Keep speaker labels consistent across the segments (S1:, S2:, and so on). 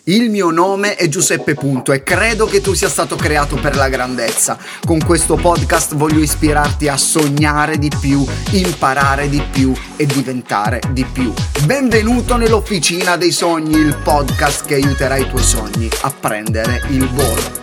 S1: Il mio nome è Giuseppe Punto e credo che tu sia stato creato per la grandezza. Con questo podcast voglio ispirarti a sognare di più, imparare di più e diventare di più. Benvenuto nell'Officina dei Sogni, il podcast che aiuterà i tuoi sogni a prendere il volo.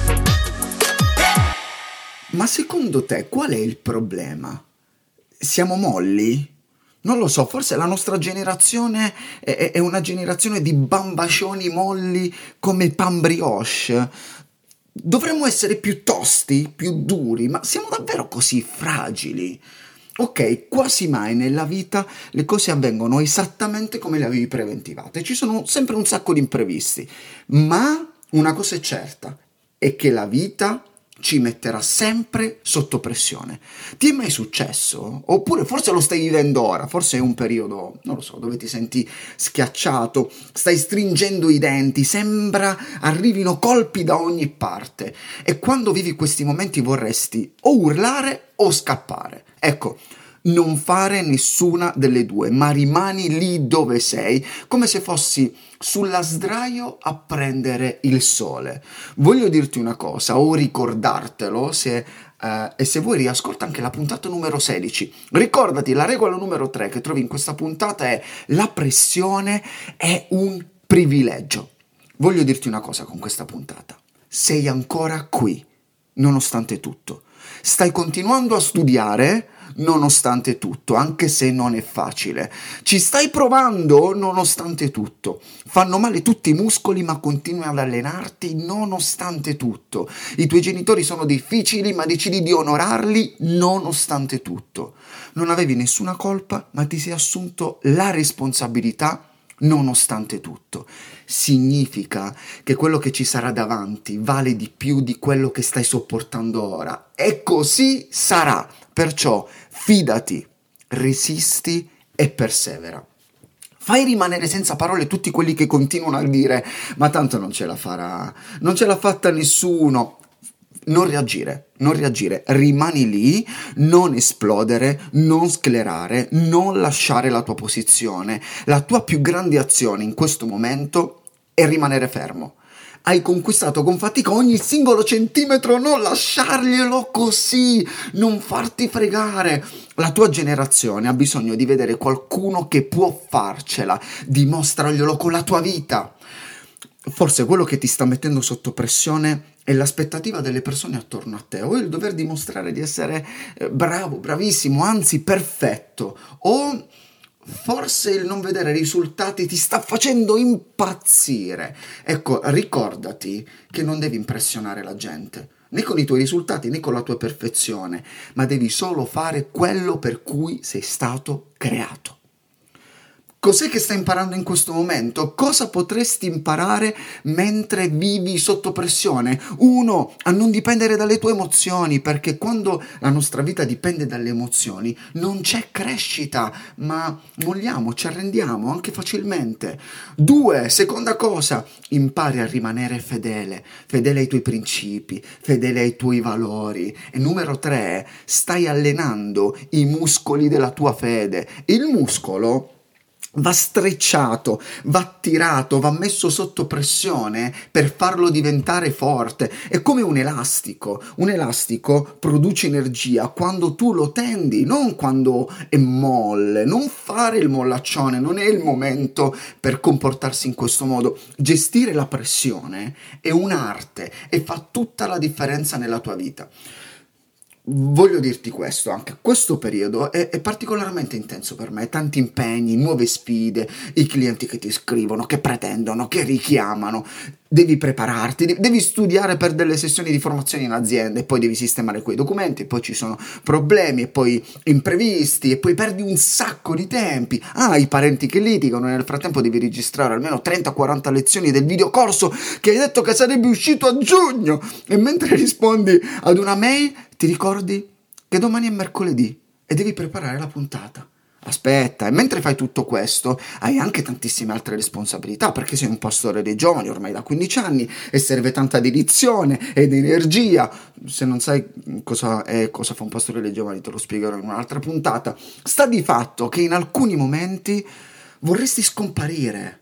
S1: Ma secondo te qual è il problema? Siamo molli? Non lo so, forse la nostra generazione è una generazione di bambascioni molli come pan brioche. Dovremmo essere più tosti, più duri, ma siamo davvero così fragili? Ok, quasi mai nella vita le cose avvengono esattamente come le avevi preventivate. Ci sono sempre un sacco di imprevisti, ma una cosa è certa, è che la vita ci metterà sempre sotto pressione. Ti è mai successo? Oppure forse lo stai vivendo ora, forse è un periodo, non lo so, dove ti senti schiacciato, stai stringendo i denti, sembra arrivino colpi da ogni parte e quando vivi questi momenti vorresti o urlare o scappare. Ecco, non fare nessuna delle due, ma rimani lì dove sei, come se fossi sulla sdraio a prendere il sole. Voglio dirti una cosa, o ricordartelo, e se vuoi riascolta anche la puntata numero 16. Ricordati, la regola numero 3 che trovi in questa puntata è: la pressione è un privilegio. Voglio dirti una cosa con questa puntata. Sei ancora qui, nonostante tutto. Stai continuando a studiare nonostante tutto, anche se non è facile. Ci stai provando nonostante tutto. Fanno male tutti i muscoli, ma continui ad allenarti nonostante tutto. I tuoi genitori sono difficili, ma decidi di onorarli nonostante tutto. Non avevi nessuna colpa, ma ti sei assunto la responsabilità nonostante tutto. Significa che quello che ci sarà davanti vale di più di quello che stai sopportando ora. E così sarà. Perciò fidati, resisti e persevera. Fai rimanere senza parole tutti quelli che continuano a dire ma tanto non ce la farà, non ce l'ha fatta nessuno. Non reagire, rimani lì, non esplodere, non sclerare, non lasciare la tua posizione. La tua più grande azione in questo momento è rimanere fermo. Hai conquistato con fatica ogni singolo centimetro, non lasciarglielo così, non farti fregare. La tua generazione ha bisogno di vedere qualcuno che può farcela, dimostraglielo con la tua vita. Forse quello che ti sta mettendo sotto pressione è l'aspettativa delle persone attorno a te, o il dover dimostrare di essere bravo, bravissimo, anzi perfetto, o forse il non vedere risultati ti sta facendo impazzire. Ecco, ricordati che non devi impressionare la gente, né con i tuoi risultati né con la tua perfezione, ma devi solo fare quello per cui sei stato creato. Cos'è che stai imparando in questo momento? Cosa potresti imparare mentre vivi sotto pressione? 1. A non dipendere dalle tue emozioni, perché quando la nostra vita dipende dalle emozioni non c'è crescita, ma molliamo, ci arrendiamo anche facilmente. 2. Seconda cosa, impari a rimanere fedele ai tuoi principi, fedele ai tuoi valori. E numero 3, stai allenando i muscoli della tua fede. Il muscolo va strecciato, va tirato, va messo sotto pressione per farlo diventare forte. È come un elastico. Un elastico produce energia quando tu lo tendi, non quando è molle. Non fare il mollaccione, non è il momento per comportarsi in questo modo. Gestire la pressione è un'arte e fa tutta la differenza nella tua vita. Voglio dirti questo, anche questo periodo è particolarmente intenso per me, tanti impegni, nuove sfide, i clienti che ti scrivono, che pretendono, che richiamano, devi prepararti, devi studiare per delle sessioni di formazione in azienda e poi devi sistemare quei documenti e poi ci sono problemi e poi imprevisti e poi perdi un sacco di tempi, i parenti che litigano e nel frattempo devi registrare almeno 30-40 lezioni del videocorso che hai detto che sarebbe uscito a giugno e mentre rispondi ad una mail ti ricordi che domani è mercoledì e devi preparare la puntata. Aspetta, e mentre fai tutto questo hai anche tantissime altre responsabilità perché sei un pastore dei giovani ormai da 15 anni e serve tanta dedizione ed energia. Se non sai cosa fa un pastore dei giovani te lo spiegherò in un'altra puntata. Sta di fatto che in alcuni momenti vorresti scomparire,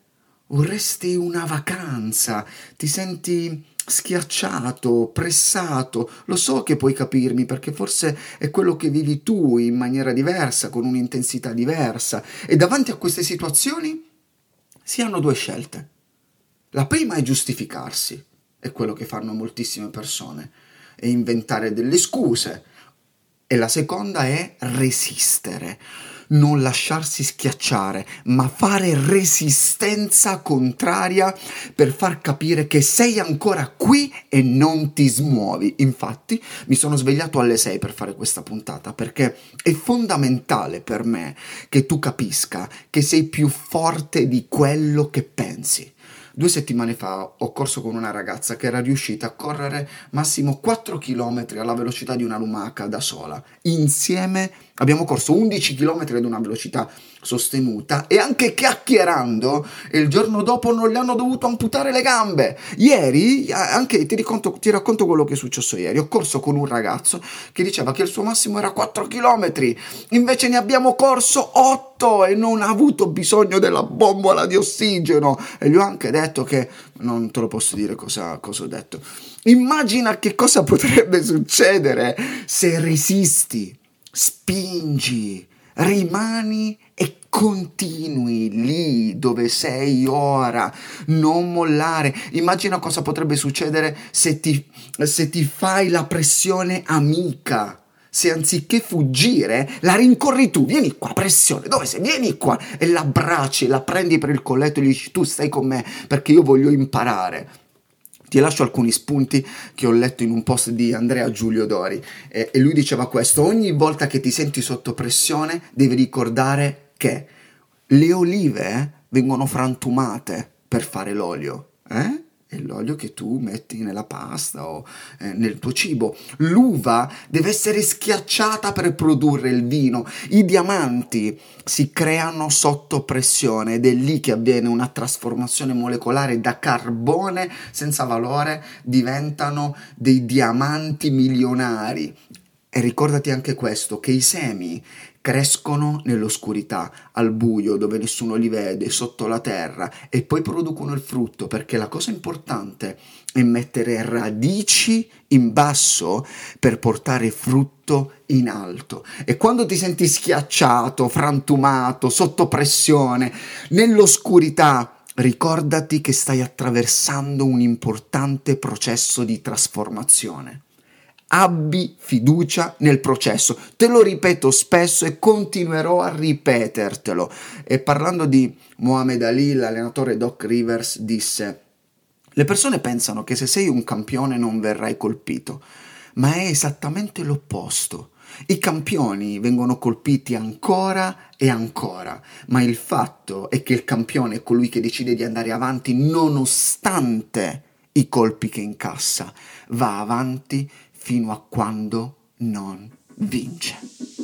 S1: vorresti una vacanza, ti senti schiacciato, pressato. Lo so che puoi capirmi perché forse è quello che vivi tu in maniera diversa, con un'intensità diversa. E davanti a queste situazioni si hanno due scelte. La prima è giustificarsi, è quello che fanno moltissime persone, e inventare delle scuse. E la seconda è resistere, non lasciarsi schiacciare, ma fare resistenza contraria per far capire che sei ancora qui e non ti smuovi. Infatti, mi sono svegliato alle 6 per fare questa puntata perché è fondamentale per me che tu capisca che sei più forte di quello che pensi. 2 settimane fa ho corso con una ragazza che era riuscita a correre massimo 4 km alla velocità di una lumaca da sola. Insieme abbiamo corso 11 km ad una velocità sostenuta e anche chiacchierando il giorno dopo non le hanno dovuto amputare le gambe. Ieri, anche ti racconto quello che è successo ieri. Ho corso con un ragazzo che diceva che il suo massimo era 4 km, invece ne abbiamo corso 8 e non ha avuto bisogno della bombola di ossigeno. E gli ho anche detto che non te lo posso dire cosa ho detto. Immagina che cosa potrebbe succedere se resisti, spingi, rimani e continui lì dove sei ora, non mollare. Immagina cosa potrebbe succedere se ti fai la pressione amica. Se anziché fuggire la rincorri tu, vieni qua, pressione, dove sei? Vieni qua, e la abbracci, la prendi per il colletto e gli dici tu stai con me perché io voglio imparare. Ti lascio alcuni spunti che ho letto in un post di Andrea Giulio Dori e lui diceva questo: ogni volta che ti senti sotto pressione devi ricordare che le olive vengono frantumate per fare l'olio, È l'olio che tu metti nella pasta o nel tuo cibo. L'uva deve essere schiacciata per produrre il vino. I diamanti si creano sotto pressione ed è lì che avviene una trasformazione molecolare. Da carbone senza valore diventano dei diamanti milionari. E ricordati anche questo, che i semi crescono nell'oscurità, al buio, dove nessuno li vede, sotto la terra, e poi producono il frutto, perché la cosa importante è mettere radici in basso per portare frutto in alto. E quando ti senti schiacciato, frantumato, sotto pressione, nell'oscurità, ricordati che stai attraversando un importante processo di trasformazione. Abbi fiducia nel processo, te lo ripeto spesso e continuerò a ripetertelo. E parlando di Muhammad Ali, l'allenatore Doc Rivers disse: le persone pensano che se sei un campione non verrai colpito, ma è esattamente l'opposto. I campioni vengono colpiti ancora e ancora, ma il fatto è che il campione è colui che decide di andare avanti nonostante i colpi che incassa, va avanti fino a quando non vince.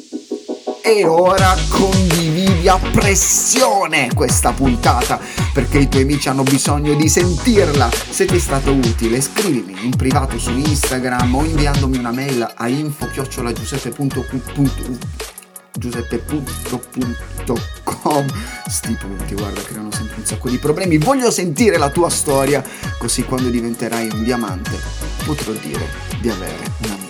S1: E ora condividi a pressione questa puntata perché i tuoi amici hanno bisogno di sentirla. Se ti è stato utile, scrivimi in privato su Instagram o inviandomi una mail a info@giuseppe.com. Sti punti, guarda, creano sempre un sacco di problemi. Voglio sentire la tua storia, così quando diventerai un diamante potrò dire di avere una